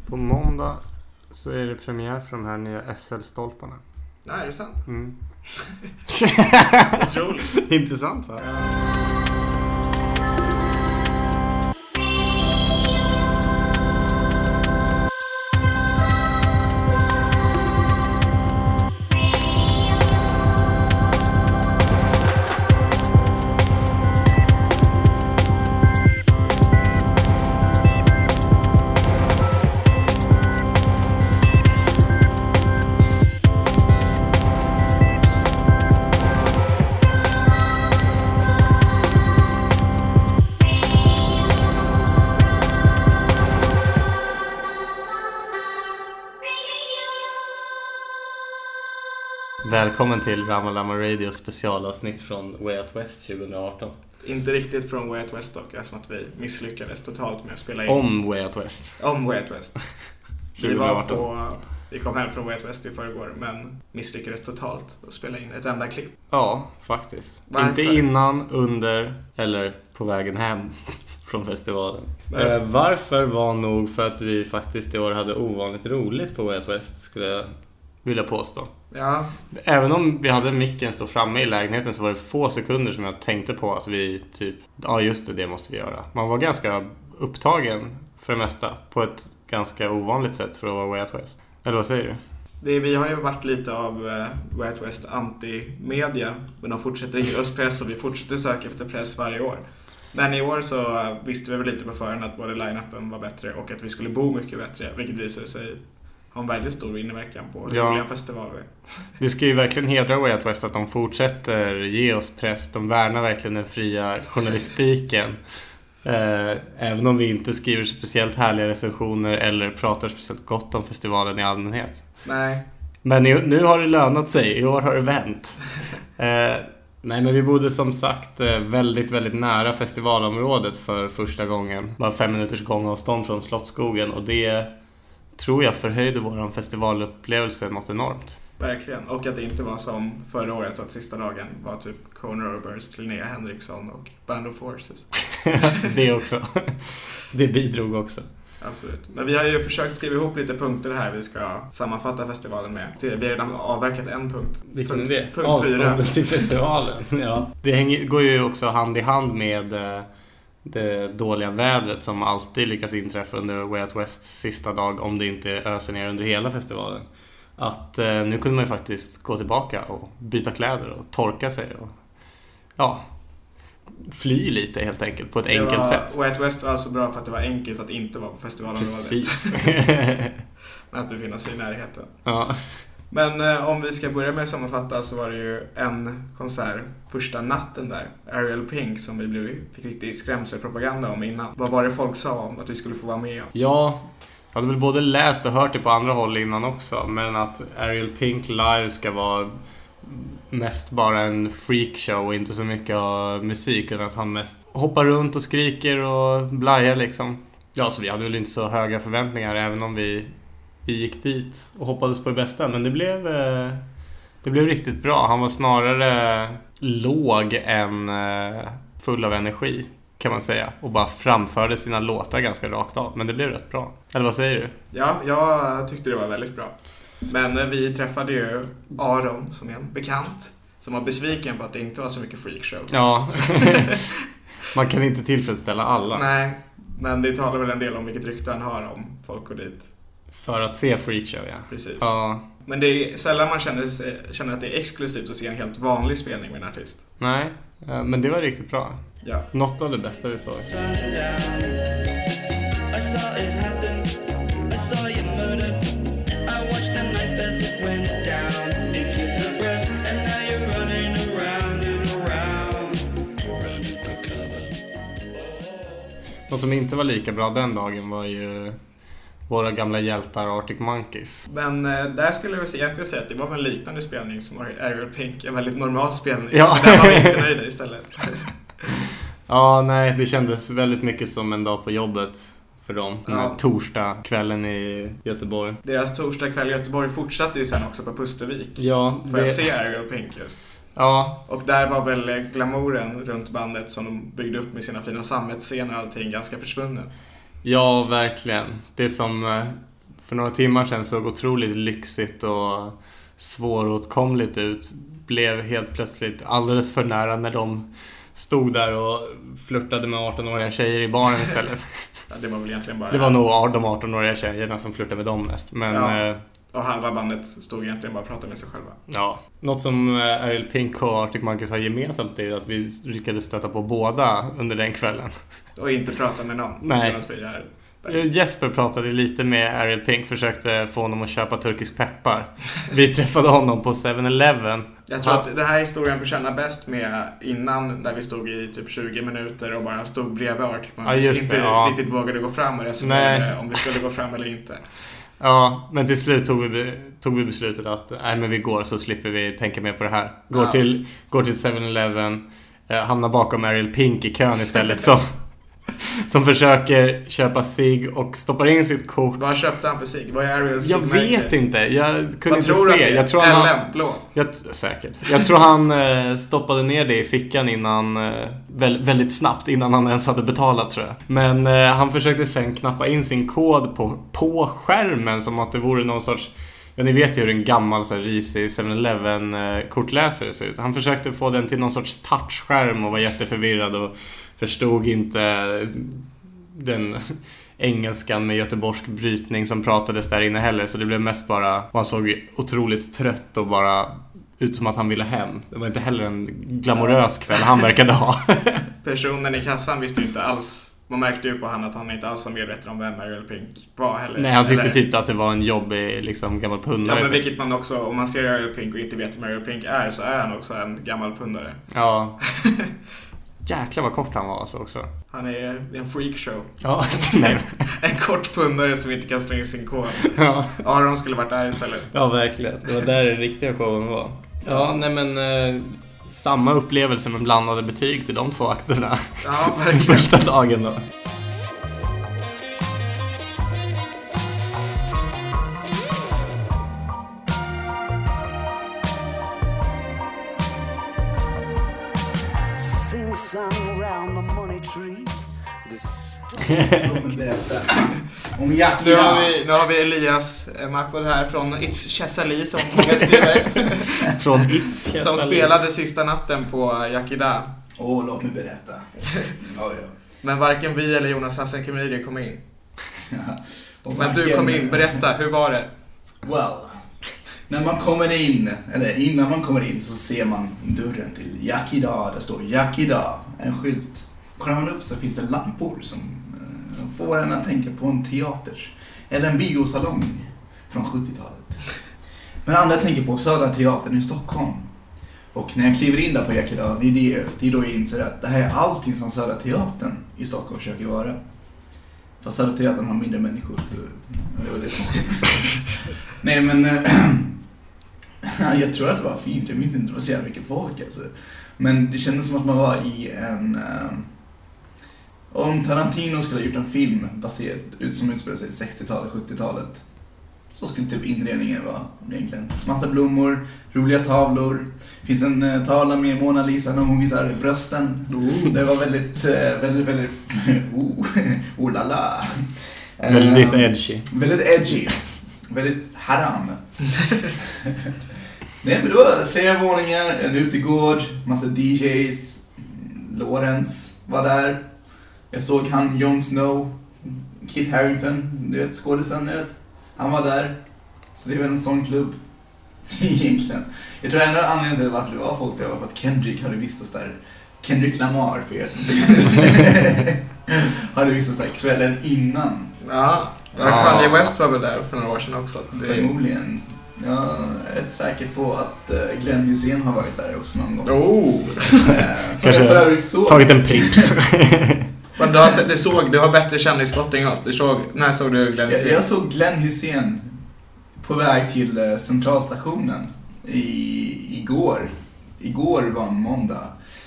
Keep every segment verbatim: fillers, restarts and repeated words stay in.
På måndag så är det premiär för de här nya S L-stolparna. Nej, är det sant? Mm. Otroligt. Intressant, va? Ja. Välkommen till Ramalama Radio specialavsnitt från Way Out West tjugo arton. Inte riktigt från Way Out West dock, eftersom att vi misslyckades totalt med att spela in. Om Way Out West. Om Way Out West. tjugo arton. Vi var på, vi kom hem från Way Out West i förrgår, men misslyckades totalt att spela in ett enda klipp. Ja, faktiskt. Varför? Inte innan, under eller på vägen hem från festivalen. Varför? Eh, varför var nog för att vi faktiskt i år hade ovanligt roligt på Way Out West, skulle jag vilja påstå. Ja. Även om vi hade micken stå framme i lägenheten så var det få sekunder som jag tänkte på att vi typ, ja just det, det måste vi göra. Man var ganska upptagen för det mesta på ett ganska ovanligt sätt för att vara Way Out West. Eller vad säger du? Det, vi har ju varit lite av uh, Way Out West anti-media, men de fortsätter ge oss press och vi fortsätter söka efter press varje år. Men i år så uh, visste vi väl lite på förhand att både line-upen var bättre och att vi skulle bo mycket bättre, vilket visade sig har en väldigt stor inverkan på hur ja. roliga festivaler är. Det ska ju verkligen hedra Way Out West att de fortsätter ge oss press. De värnar verkligen den fria journalistiken. eh, även om vi inte skriver speciellt härliga recensioner eller pratar speciellt gott om festivalen i allmänhet. Nej. Men i, nu har det lönat sig. I år har det vänt. Eh, nej, men vi bodde som sagt väldigt, väldigt nära festivalområdet för första gången. Bara fem minuters gångavstånd från Slottsskogen, och det tror jag förhöjde vår festivalupplevelse något enormt. Verkligen. Och att det inte var som förra året att sista dagen var typ Conor Oberst, Linnea Henriksson och Band of Forces. Det också. Det bidrog också. Absolut. Men vi har ju försökt skriva ihop lite punkter här vi ska sammanfatta festivalen med. Vi har redan avverkat en punkt. Vilken punkt, är det? Punkt Avståndet till festivalen. Ja. Det hänger, går ju också hand i hand med det dåliga vädret som alltid lyckas inträffa under Way Out Wests sista dag, om det inte öser ner under hela festivalen. Att eh, nu kunde man ju faktiskt gå tillbaka och byta kläder och torka sig och ja, fly lite helt enkelt på ett det enkelt var, sätt. Way Out West var alltså bra för att det var enkelt att inte vara på festivalen. Precis. Men att befinna sig i närheten. Ja. Men eh, om vi ska börja med att sammanfatta, så var det ju en konsert första natten där, Ariel Pink, som vi blev, fick riktigt skrämselpropaganda om innan. Vad var det folk sa om att vi skulle få vara med? Ja, jag hade väl både läst och hört det på andra håll innan också, men att Ariel Pink live ska vara mest bara en freakshow och inte så mycket av musik, utan att han mest hoppar runt och skriker och blajar liksom. Ja, så vi hade väl inte så höga förväntningar, även om vi Vi gick dit och hoppades på det bästa. Men det blev, det blev riktigt bra. Han var snarare låg än full av energi, kan man säga. Och bara framförde sina låtar ganska rakt av. Men det blev rätt bra. Eller vad säger du? Ja, jag tyckte det var väldigt bra. Men vi träffade ju Aron, som är en bekant, som var besviken på att det inte var så mycket freakshow. Ja, man kan inte tillfredsställa alla. Nej, men det talar väl en del om vilket rykte han har om folk och dit. För att se freakshow, ja. Precis. Ja. Men det är sällan man känner, känner att det är exklusivt att se en helt vanlig spelning med en artist. Nej, men det var riktigt bra. Ja. Något av det bästa vi såg. Något som inte var lika bra den dagen var ju våra gamla hjältar Arctic Monkeys. Men eh, där skulle jag egentligen säga att det var en liknande spelning som Ariel Pink. En väldigt normal spelning. Ja. Men där var vi inte nöjda istället. Ja, nej, det kändes väldigt mycket som en dag på jobbet för dem. Den här Ja. torsdag kvällen i Göteborg. Deras torsdag kväll i Göteborg fortsatte ju sen också på Pustervik. Ja, för det... att se Ariel Pink just. Ja. Och där var väl glamouren runt bandet som de byggde upp med sina fina sammetsscener och allting ganska försvunnen. Ja, verkligen. Det som för några timmar sedan såg otroligt lyxigt och svåråtkomligt ut blev helt plötsligt alldeles för nära när de stod där och flörtade med arton-åriga tjejer i baren istället. Ja, det var väl egentligen bara... Det var nog de arton-åriga tjejerna som flörtade med dem mest. Men, ja. eh, och halva bandet stod egentligen bara och pratade med sig själva. Ja. Något som Ariel Pink och Arctic Monkeys har gemensamt är att vi lyckades stöta på båda under den kvällen. Och inte prata med någon. Nej. Vi är... Jesper pratade lite med Ariel Pink, försökte få honom att köpa turkisk peppar. Vi träffade honom på seven eleven. Jag tror att den här historien förtjänar bäst med innan, där vi stod i typ tjugo minuter och bara stod bredvid Arctic Monkeys. Ja, just det, inte ja. riktigt vågade gå fram och resonera om vi skulle gå fram eller inte. Ja, men till slut tog vi, tog vi beslutet att nej, men vi går så slipper vi tänka mer på det här. Går ja. till, går till seven eleven, eh, hamnar bakom Ariel Pink i kön istället som, som försöker köpa sig och stoppar in sitt kort. Vad köpte han för sig? Vad är Ariels Jag vet inte, jag kunde Vad inte tror se. Att jag tror han, L M, blå. Jag, säkert. Jag tror han eh, stoppade ner det i fickan innan eh, väl, väldigt snabbt innan han ens hade betalat, tror jag. Men eh, han försökte sen knappa in sin kod på, på skärmen som att det vore någon sorts... Ja, ni vet ju hur en gammal så här, risig seven eleven eh, kortläsare ser ut. Han försökte få den till någon sorts touchskärm och var jätteförvirrad och förstod inte den engelskan med göteborgsk brytning som pratades där inne heller. Så det blev mest bara, man såg otroligt trött och bara ut som att han ville hem. Det var inte heller en glamorös kväll han verkade ha. Personen i kassan visste ju inte alls, man märkte ju på han att han inte alls var medveten om vem Ariel Pink var heller. Nej, han tyckte eller... typ att det var en jobbig liksom, gammal pundare. Ja, men typ. vilket man också, om man ser Ariel Pink och inte vet vem Ariel Pink är, så är han också en gammal pundare. Ja. Jäklar vad kort han var alltså också. Han är en freakshow. Ja, nej. En kort pundare som inte kan slänga sin kod. Ja. Aron skulle varit där istället. Ja, verkligen. Det var där den riktiga showen var. Ja, nej men eh, samma upplevelse med blandade betyg till de två akterna. Ja, verkligen. Första dagen då. Om Jack nu, har vi, nu har vi Elias Makvad här från It's Chesali som många skriver. Från It's Chesali. Som spelade sista natten på Yakida. Åh, oh, låt mig berätta. Oh, ja. Men varken vi eller Jonas Hassan Khemiri kom in. Ja. Men varken... du kom in, berätta, hur var det? Well, när man kommer in, eller innan man kommer in så ser man dörren till Yakida. Där står Yakida, en skylt. Kollar man upp så finns det lampor som får en att tänka på en teater eller en biosalong från sjuttiotalet. Men andra tänker på Södra Teatern i Stockholm. Och när jag kliver in där på Yakida, det är, det, det är då jag inser att det här är allting som Södra Teatern i Stockholm försöker vara. Fast Södra Teatern har mindre människor. Det var det som Nej, men jag tror att det var fint. Jag minns inte, det var så jävla mycket folk alltså. Men det kändes som att man var i en... Om Tarantino skulle ha gjort en film baserad ut som utspelar sig sextiotalet, sjuttiotalet, så skulle typ inredningen vara egentligen massa blommor, roliga tavlor. Finns en uh, tavla med Mona Lisa när hon visar brösten. Oh. Det var väldigt, uh, väldigt, väldigt, oh, oh la la. Väldigt uh, edgy. Väldigt edgy. Väldigt haram. Nej, men det var flera våningar, en utegård, massa D Js. Lawrence var där. Jag såg han Jon Snow, Kit Harington, du vet, skådespelaren, du vet. Han var där. Så det var en sån klubb. Egentligen. Jag tror ändå anledningen till varför det var folk där var för att Kendrick hade vistats där. Kendrick Lamar, för er som hade vistats där kvällen innan. Ja, Kanye West var väl där för några år sedan också. Det... Förmodligen. Jag är rätt säker på att Glenn Hussein har varit där också någon gång. Oh! Kanske så... tagit en prips. Men du, har sett, du, såg, du har bättre kändisspotting än oss. Du såg, när såg du Glenn Hussein? Jag, jag såg Glenn Hussein på väg till centralstationen i, igår. Igår var en måndag.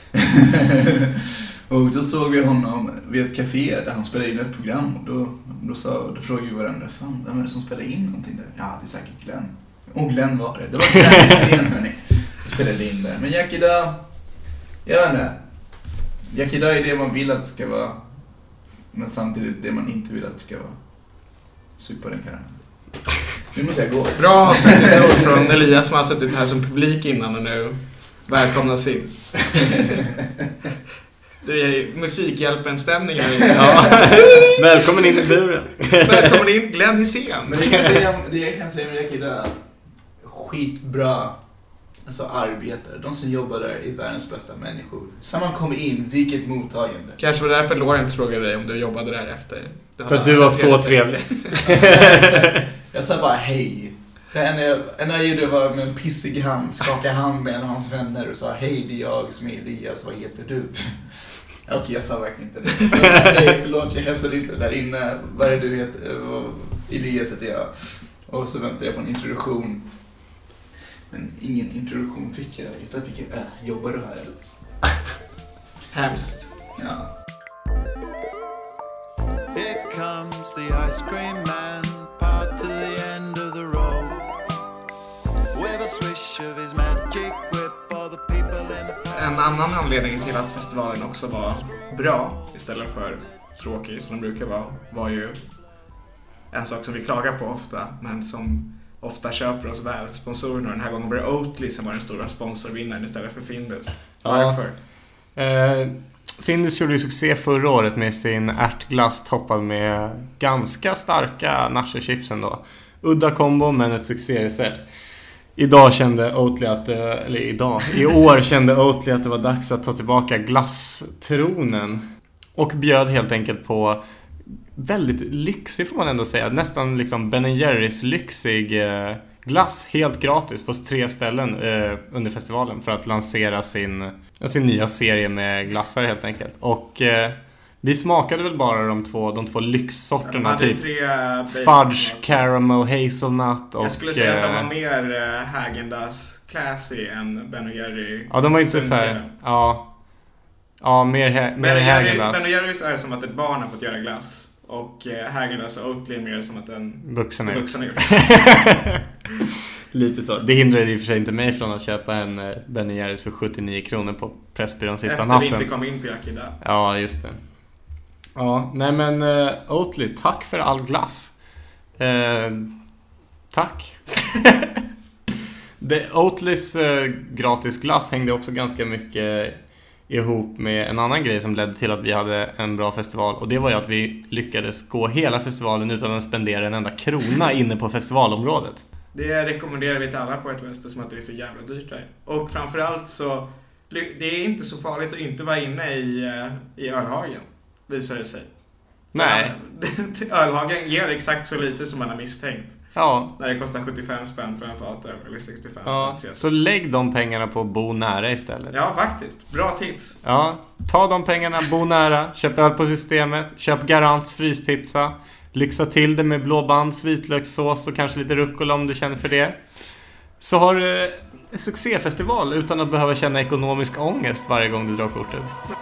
Och då såg vi honom vid ett café där han spelade in ett program. Och då, då, sa, då frågade vi varandra, fan, vem är det som spelar in någonting där? Ja, det är säkert Glenn. Och Glenn var det. Det var Glenn Hussein, hörni, som spelade in där. Men Yakida, jag vet inte. Yakida är det man vill att det ska vara. Men samtidigt det man inte vill att det ska vara. Supa den karamellen. Nu måste jag gå. Bra avslutningsord från Elias som har suttit här som publik innan och nu välkomnas in. Det är Musikhjälpen-stämning här inne. Ja. Välkommen in i buren. Välkommen in Glenn Hysén. Men det jag kan säga, det jag kan säga med Yakida, skitbra alltså arbetare. De som jobbar där är världens bästa människor. Så man kommer in, vilket mottagande. Kanske var det därför Lorentz frågade dig om du jobbade där efter. Du För att du var så trevlig. Jag sa bara hej. Det enda jag, enda jag gjorde var med en pissig hand, skaka hand med en av hans vänner och sa hej, det är jag som är Elias, vad heter du? Okej, jag sa verkligen inte det. Så, hej, förlåt, jag hälsade inte där inne. Vad är det du heter? Elias heter jag. Och så väntade jag på en introduktion. Men ingen introduktion fick jag. Istället fick jag, äh, jobbar du här? Hemskt. Ja. Here comes the ice cream man, part to the end of the road. With a swish of his magic whip, all the people in the park. En annan anledning till att festivalen också var bra istället för tråkig som de brukar vara, var ju en sak som vi klagar på ofta, men som ofta köper oss väl, sponsorerna. Den här gången var det Oatly som var den stora sponsorvinnaren istället för Findus. Varför? Ja. Eh, Findus gjorde ju succé förra året med sin ärtglass toppad med ganska starka nachochips ändå. Udda kombo, men ett succérecept. Idag kände Oatly att, eller idag, i år kände Oatly att det var dags att ta tillbaka glasstronen. Och bjöd helt enkelt på väldigt lyxig, får man ändå säga. Nästan liksom Ben and Jerrys lyxig eh, glass helt gratis på tre ställen eh, under festivalen för att lansera sin, sin nya serie med glassar helt enkelt. Och eh, vi smakade väl bara de två, de två lyxsorterna, ja, typ tre fudge, caramel, hazelnut och... Jag skulle säga att de var eh, mer eh, Häagen-Dazs classy än Ben och Jerry. Ja, de var inte så här, ja. Ja, mer, mer Ben och Jerry, Häagen-Dazs. Ben och Jerrys är som att ett barn har fått göra glass. Och eh, Häagen-Dazs och Oatly är mer som att en vuxen är. vuxen är. Lite så. Det hindrade i och för sig inte mig från att köpa en eh, Ben och Jerrys för sjuttionio kronor på Pressbyrån sista Efter natten. Efter vi inte kom in på Yakida. Ja, just det. Ja, nej men uh, Oatly, tack för all glass. Uh, tack. Det, Oatlys uh, gratis glass hängde också ganska mycket ihop med en annan grej som ledde till att vi hade en bra festival. Och det var ju att vi lyckades gå hela festivalen utan att spendera en enda krona inne på festivalområdet. Det rekommenderar vi till alla på ett West som att det är så jävla dyrt där. Och framförallt så, det är inte så farligt att inte vara inne i, i Ölhagen, visar det sig. Nej. Ölhagen ger exakt så lite som man har misstänkt. Ja. När det kostar sjuttiofem spänn för en fatöl eller sextiofem Ja, för en så lägg de pengarna på att bo nära istället. Ja, faktiskt. Bra tips. Ja, ta de pengarna, bo nära, köp öl på systemet, köp Garants fryspizza, lyxa till det med blåbands, vitlökssås och kanske lite rucola om du känner för det. Så har du en succéfestival utan att behöva känna ekonomisk ångest varje gång du drar kortet.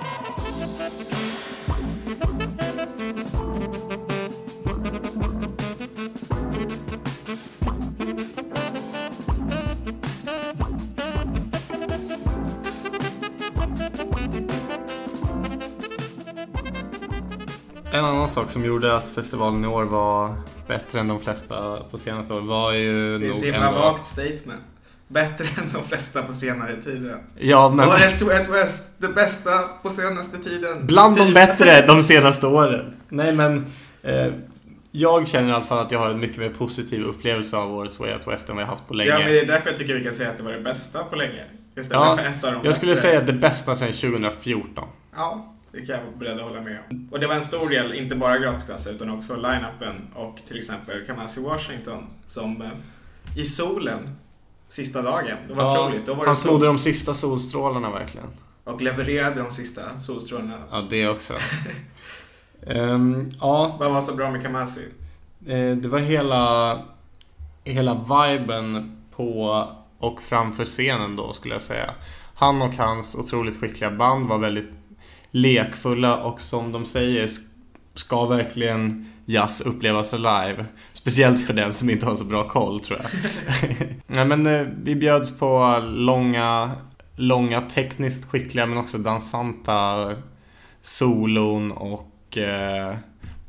En annan sak som gjorde att festivalen i år var bättre än de flesta på senaste år var ju det är nog så himla ändå... vagt statement. Bättre än de flesta på senare tiden. Ja, men... Årets Way Out West, det bästa på senaste tiden. Bland de Typ. bättre de senaste åren. Nej, men... Eh, jag känner i alla fall att jag har en mycket mer positiv upplevelse av årets Way Out West än vad jag haft på länge. Ja, men det är därför jag tycker vi kan säga att det var det bästa på länge. Istället Ja, för ett av de jag skulle bättre. säga det bästa sedan tjugohundrafjorton. Ja, det kan jag vara beredd att hålla med om. Och det var en stor del, inte bara gratisklasser utan också line-upen och till exempel Kamasi Washington som eh, i solen sista dagen. Det var Ja, otroligt. Då var han det snodde sol de sista solstrålarna verkligen. och levererade de sista solstrålarna. Ja, det också. um, ja, Vad var så bra med Kamasi? eh, det var hela hela viben på och framför scenen då, skulle jag säga. Han och hans otroligt skickliga band var väldigt lekfulla och som de säger ska verkligen jazz upplevas live. Speciellt för den som inte har så bra koll, tror jag. Nej, men eh, vi bjöds på långa, långa tekniskt skickliga men också dansanta solon och eh,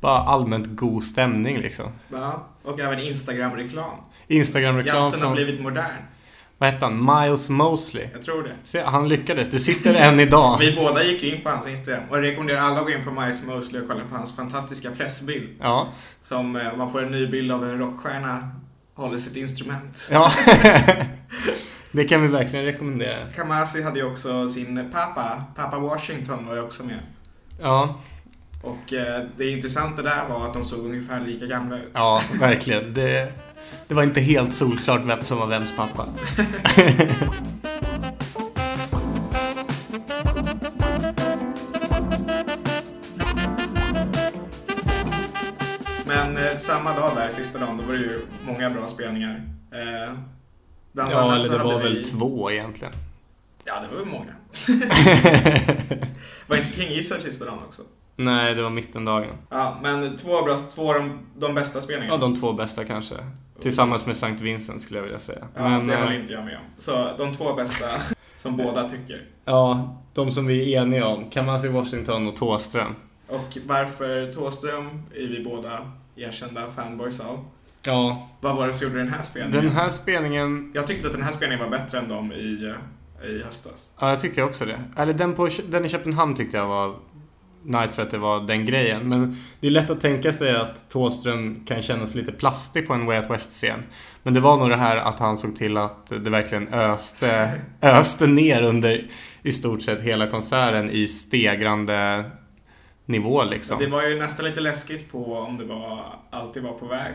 bara allmänt god stämning liksom. Ja, och även Instagram-reklam. Instagram-reklam Jazzen från... har blivit modern. Vad heter han? Miles Mosley. Jag tror det. Se, han lyckades. Det sitter än idag. Vi båda gick in på hans Instagram. Och jag rekommenderar alla att gå in på Miles Mosley och kolla på hans fantastiska pressbild. Ja. Som eh, man får en ny bild av en rockstjärna håller sitt instrument. Ja. Det kan vi verkligen rekommendera. Kamasi hade ju också sin pappa. Pappa Washington var ju också med. Ja. Och eh, det intressanta där var att de såg ungefär lika gamla ut. Ja, verkligen. Det, det var inte helt solklart vem som var vems pappa. Men eh, samma dag där, sista dagen, då var det ju många bra spelningar. Eh, bland Ja, annat eller så det hade var vi... väl två egentligen. Ja, det var väl många. Var inte King Gizzard sista dagen också? Nej, det var mittendagen. Ja, men två, bra, två av de, de bästa spelningarna. Ja, de två bästa kanske. Tillsammans med Sankt Vincent skulle jag vilja säga. Ja, Men, det eh, håller inte jag med om. Så de två bästa som båda tycker. Ja, de som vi är eniga om. Kamasi Washington och Thåström. Och varför Thåström är vi båda erkända fanboys av. Ja, Vad var det som gjorde den här spelningen? den här spelningen... Jag tyckte att den här spelningen var bättre än de i, i höstas. Ja, jag tycker också det. Eller den, på, den i Köpenhamn tyckte jag var nice för att det var den grejen. Men det är lätt att tänka sig att Thåström kan kännas lite plastig på en Way Out West-scen. Men det var nog det här att han såg till att det verkligen öste, öste ner under i stort sett hela konserten i stegrande nivå liksom. Det var ju nästan lite läskigt på om det var alltid var på väg.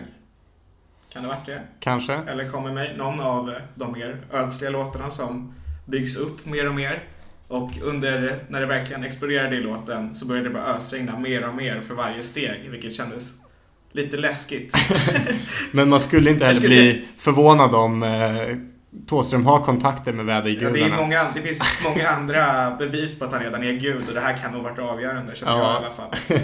Kan det varit det? Kanske. Eller kommer mig någon av de mer ödsliga låtarna som byggs upp mer och mer. Och under, när det verkligen exploderade i låten så började det bara ösregna mer och mer för varje steg. Vilket kändes lite läskigt. Men man skulle inte heller skulle bli säga... förvånad om eh, Thåström har kontakter med vädergudarna. Ja, det, är många, det finns många andra bevis på att han redan är gud. Och det här kan nog varit avgörande, känner Ja. jag i alla fall.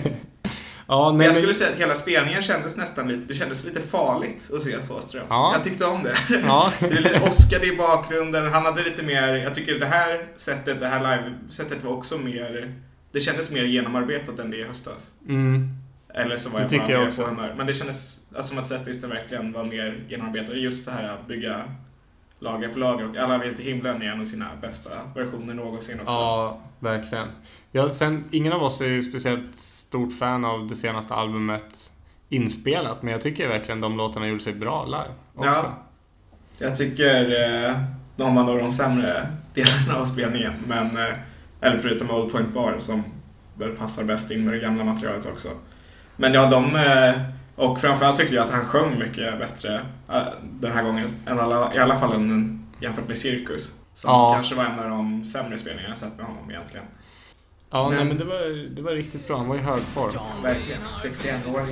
Ja, nej, men jag men... skulle säga att hela spelningen kändes nästan lite, det kändes lite farligt att se Thåström. Ja. Jag tyckte om det. Ja. Det är lite Oscar i bakgrunden. Han hade lite mer, jag tycker det här sättet, det här live-sättet var också mer, det kändes mer genomarbetat än det i höstas. Mm. Eller så var Det jag tycker bara jag mer också. på humör. Men det kändes alltså, som att setlisten verkligen var mer genomarbetad. Just det här att bygga lager på lager. Och Alla vill till himlen är en av sina bästa versioner någonsin också. Ja, verkligen. Ja, sen, ingen av oss är ju speciellt stort fan av det senaste albumet inspelat. Men jag tycker verkligen de låtarna gjorde sig bra live också. Ja, jag tycker eh, de var nog de sämre delarna av spelningen. Men, eh, eller förutom Old Point Bar som väl passar bäst in med det gamla materialet också. Men ja, de... Eh, och framförallt tycker jag att han sjöng mycket bättre äh, den här gången, än alla, i alla fall än, jämfört med Cirkus. Som Ja. kanske var en av de sämre spelningarna jag sett med honom egentligen. Ja, Men- nej, men det var, det var riktigt bra. Han var i hög form. Verkligen, sextioen-åring.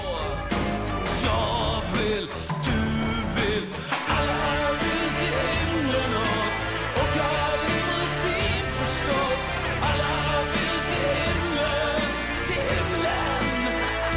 Jag vill, du vill, alla vill till himlen och, och jag vill musik förstås. Alla vill till himlen, till himlen.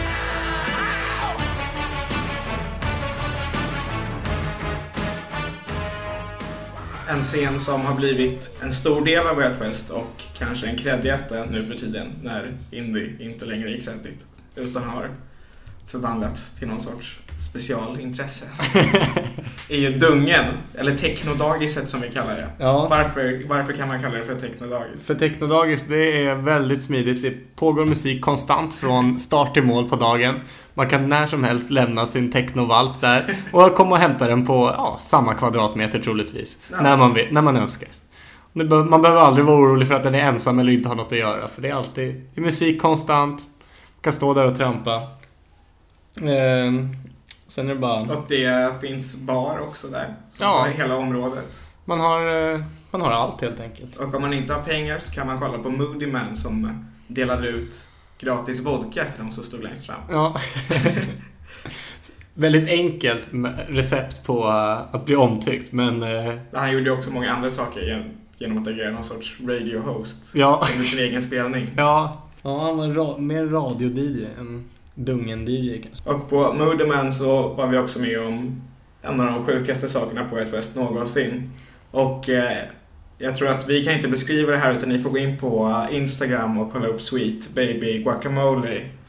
En scen som har blivit en stor del av Way Out West och kanske den kreddigaste nu för tiden när indie inte längre är kreddigt utan har förvandlats till någon sorts specialintresse. är ju Dungen, eller Technodagiset som vi kallar det. Ja. Varför, varför kan man kalla det för Technodagis? För Technodagis, det är väldigt smidigt. Det pågår musik konstant från start till mål på dagen. Man kan när som helst lämna sin technovalt där och komma och hämta den på ja, samma kvadratmeter troligtvis. Ja. När, man vill, när man önskar. Det be- Man behöver aldrig vara orolig för att den är ensam eller inte har något att göra. För det är alltid det är musik konstant. Man kan stå där och trampa. Ehm, sen är det bara... Och det finns bar också där. Som Ja. har hela området. Man har, eh, man har allt helt enkelt. Och om man inte har pengar så kan man kolla på Moody Man som delade ut gratis vodka till de som stod längst fram. Ja. Väldigt enkelt med recept på uh, att bli omtyckt, men uh, Han gjorde också många andra saker gen- genom att agera någon sorts radio-host ja. under sin egen spelning. Ja, ja, han var ra- mer radio-D J än Dungen-D J kanske. Och på Moody Man så var vi också med om en av de sjukaste sakerna på Way Out West någonsin. Och eh, jag tror att vi kan inte beskriva det här utan ni får gå in på Instagram och kolla upp Sweet Baby Guacamole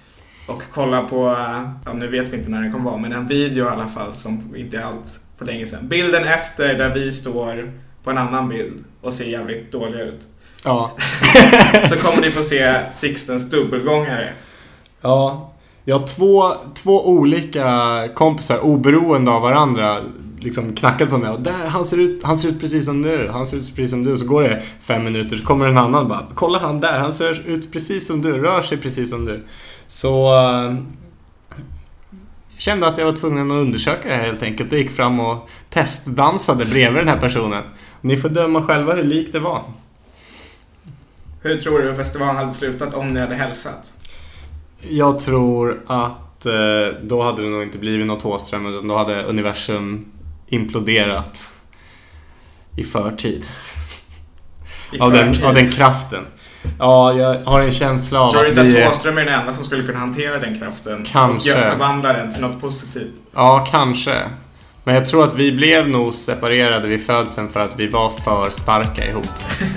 och kolla på, ja, nu vet vi inte när den kommer vara, men en video i alla fall som inte är allt för länge sedan. Bilden efter där vi står på en annan bild och ser jävligt dåliga ut. Ja. Så kommer ni få se Sixtens dubbelgångare. Ja. Jag har två, två olika kompisar oberoende av varandra liksom knackat på mig. Och där, han ser ut, han ser ut precis som du. Han ser ut precis som du. Så går det fem minuter så kommer en annan och bara, kolla han där. Han ser ut precis som du. Rör sig precis som du. Så uh, jag kände att jag var tvungen att undersöka det här helt enkelt. Jag gick fram och testdansade bredvid den här personen. Ni får döma själva hur likt det var. Hur tror du festivalen hade slutat om ni hade hälsat? Jag tror att eh, då hade det nog inte blivit något Thåström, utan då hade universum imploderat i förtid. I av, förtid. den, av den kraften. Ja, jag har en känsla av tror att du inte vi... att Thåström är den enda som skulle kunna hantera den kraften? Kanske. Och förvandla den till något positivt? Ja, kanske. Men jag tror att vi blev nog separerade vid födseln för att vi var för starka ihop.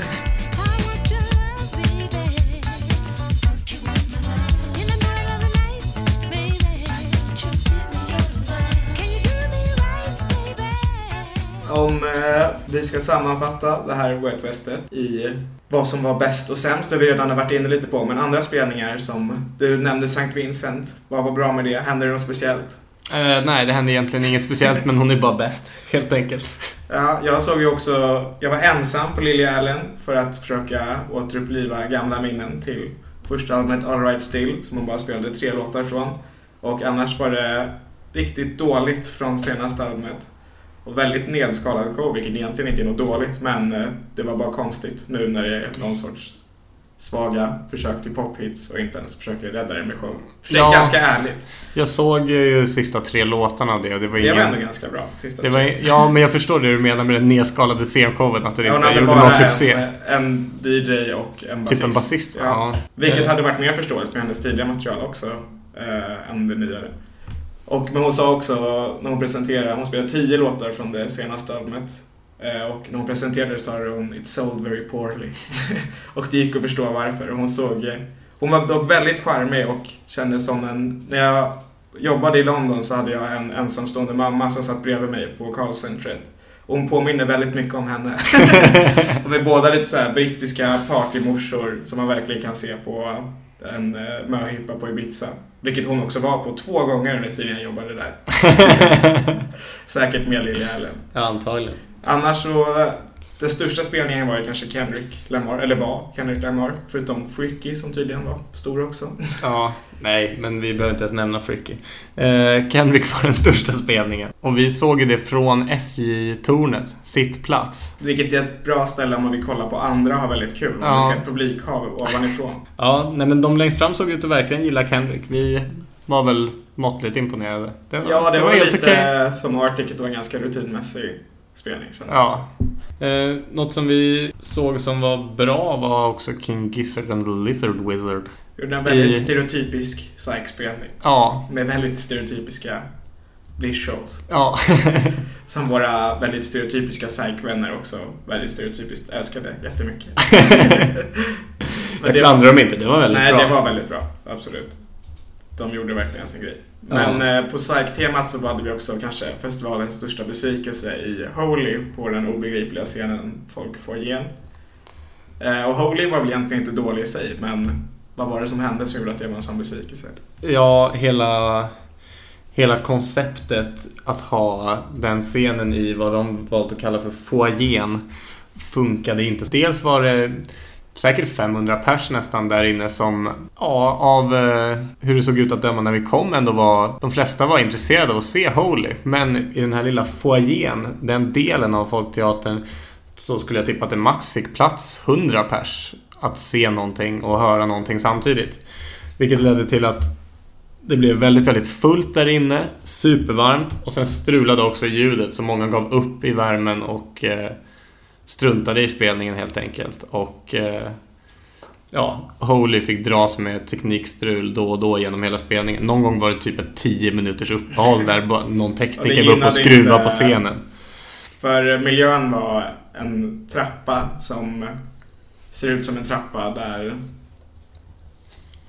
Om eh, vi ska sammanfatta det här Way Out Westet i vad som var bäst och sämst, det vi redan har varit inne lite på, men andra spelningar som du nämnde Sankt Vincent, vad var bra med det? Hände det något speciellt? Uh, nej, det hände egentligen inget speciellt, men hon är bara bäst, helt enkelt. Ja, jag såg ju också, jag var ensam på Lily Allen för att försöka återuppliva gamla minnen till första albumet All Right Still, som hon bara spelade tre låtar från. Och annars var det riktigt dåligt från senaste albumet. Och väldigt nedskalad show, vilket egentligen inte är något dåligt, men det var bara konstigt nu när det är någon sorts svaga försök till pophits och inte ens försöker rädda det med show. För det är Ja. ganska ärligt. Jag såg ju sista tre låtarna av det och det var Det ingen... var ändå ganska bra. Sista det var, ja, men jag förstår det du menar med den nedskalade scenshowen, att det Ja, hon inte hade gjorde bara någon succé. en, en D J och en basist. Typ en basist, ja. ja. Vilket Eh. hade varit mer förståeligt med hennes tidigare material också eh, än det nyare. Och, men hon sa också, när hon presenterade, hon spelade tio låtar från det senaste albumet. Eh, och när hon presenterade det sa hon, it sold very poorly. Och det gick att förstå varför. Och hon såg, hon var dock väldigt charmig och kändes som en, när jag jobbade i London så hade jag en ensamstående mamma som satt bredvid mig på callcentret. Och hon påminner väldigt mycket om henne. Och vi är båda lite så här brittiska partymorsor som man verkligen kan se på en uh, möhippa på Ibiza. Vilket hon också var på två gånger under tiden jag jobbade där. Säkert med Lily Allen. Ja, antagligen. Annars så, den största spelningen var ju kanske Kendrick Lamar, eller var Kendrick Lamar, förutom Freaky som tydligen var stor också. Ja, nej, men vi behöver inte ens nämna Freaky. Eh, Kendrick var den största spelningen. Och vi såg ju det från S J-tornet, sittplats. Vilket är ett bra ställe om man vill kolla på andra och ha väldigt kul. Om Ja. man ser publikhav ovanifrån. Ja, nej, men de längst fram såg ut att verkligen gilla Kendrick. Vi var väl måttligt imponerade. Det var, Ja, det, var, helt lite okej. som Arctic, det var en ganska rutinmässig spelning. kändes det Ja. som. Eh, något som vi såg som var bra var också King Gizzard and the Lizard Wizard. Gjorde en väldigt I- stereotypisk psych-spelning. Ja, Med väldigt stereotypiska visuals. ja. Som våra väldigt stereotypiska psych-vänner också väldigt stereotypiskt älskade jättemycket. Jag klandrar dem inte, det var väldigt nej, bra. det var väldigt bra, absolut. De gjorde verkligen sin grej. Men Ja. eh, på psych-temat så hade vi också kanske festivalens största besvikelse i Holy på den obegripliga scenen folk får igen. Eh, och Holy var väl egentligen inte dålig i sig, men vad var det som hände som gjorde att det var en sån besvikelse? Ja, hela, hela konceptet att ha den scenen i vad de valt att kalla för foajén funkade inte. Dels var det säkert femhundra pers nästan där inne som, ja, av eh, hur det såg ut att döma när vi kom ändå var, de flesta var intresserade av att se Holy. Men i den här lilla foajén, den delen av Folkteatern, så skulle jag tippa att det max fick plats hundra pers att se någonting och höra någonting samtidigt. Vilket ledde till att det blev väldigt, väldigt fullt där inne, supervarmt, och sen strulade också ljudet så många gav upp i värmen och eh, struntade i spelningen helt enkelt. Och eh, ja, Holy fick dras med teknikstrul då och då genom hela spelningen. Någon gång var det typ ett tio minuters uppehåll där någon tekniker var uppe och skruva inte- på scenen. För miljön var en trappa som ser ut som en trappa där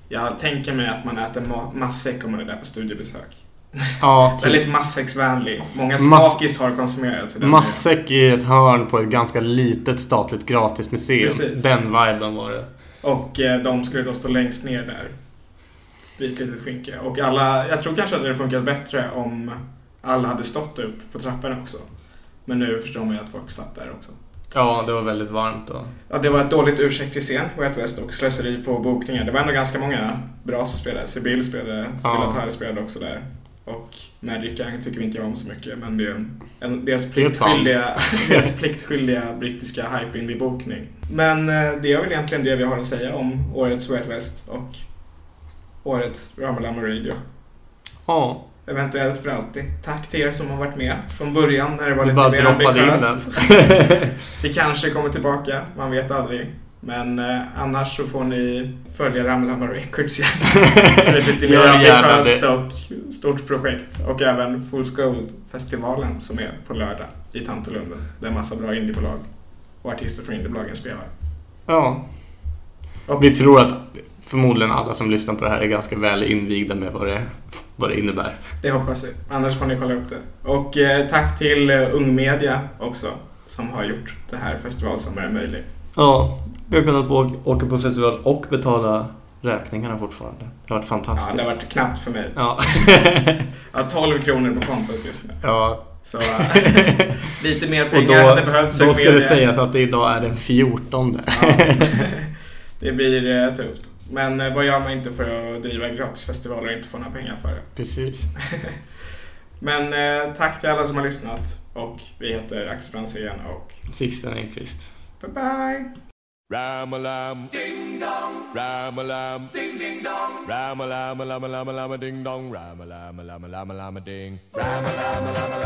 Jag tänker mig att man äter ma- matsäck om man är där på studiebesök. Ja, typ. Väldigt matsäcksvänlig. Många smakis har konsumerats i den. Matsäck i ett hörn på ett ganska litet statligt gratismuseum. Precis. Den viben var det. Och eh, de skulle då stå längst ner där. Vid ett litet skynke. Och alla, jag tror kanske att det hade funkat bättre om alla hade stått upp på trappan också. Men nu förstår man ju att folk satt där också. Ja, det var väldigt varmt då. Ja, det var ett dåligt ursäkt till scen, Way Out West, och slöseri på bokningar. Det var ändå ganska många bra som spelade. Sibyl spelade, Sibyl Atari spelade också där. Och Magic Gang tycker vi inte om så mycket, men det är en, en deras, pliktskyldiga, deras pliktskyldiga brittiska hype-indie-bokning. Men eh, det är väl egentligen det vi har att säga om årets Way Out West och årets Ramalama Radio. Ja. Eventuellt för alltid. Tack till er som har varit med från början när det var Vi lite bara mer droppade in ambitiöst. den. Vi kanske kommer tillbaka, man vet aldrig. Men eh, annars så får ni följa Ramalama Records gärna. Så det är lite mer Gör gärna ambitiöst det. och stort projekt. Och även Fool's Gold-festivalen som är på lördag i Tantolunden. Där en massa bra indiebolag och artister från indiebolagen spelar. Ja. Och Vi tror att förmodligen alla som lyssnar på det här är ganska väl invigda med vad det, vad det innebär. det hoppas jag. Annars får ni kolla upp det. Och eh, tack till eh, Ung Media också som har gjort det här festivalsommaren möjlig. Ja, vi har kunnat åka, åka på festival och betala räkningarna fortfarande. Det har varit Ja, fantastiskt. det har varit knappt för mig. Ja. Jag har tolv kronor på kontot just nu. Ja. Så lite mer Och pengar då, hade behövts. då ska det sägas att det idag är den fjortonde. Ja. Det blir eh, tufft. Men eh, vad gör man inte för att driva gratisfestivaler och inte få några pengar för det? Precis. Men eh, tack till alla som har lyssnat. Och vi heter Axel Franzén och Sixten Enqvist. bye bye! Ram-a-lam, ding dong. Ram-a-lam, ding ding dong. Ram-a-lam, lam-a-lam, lam-a ding dong. Ram-a-lam, lam-a-lam, lam-a ding. Ram-a-lam, lam-a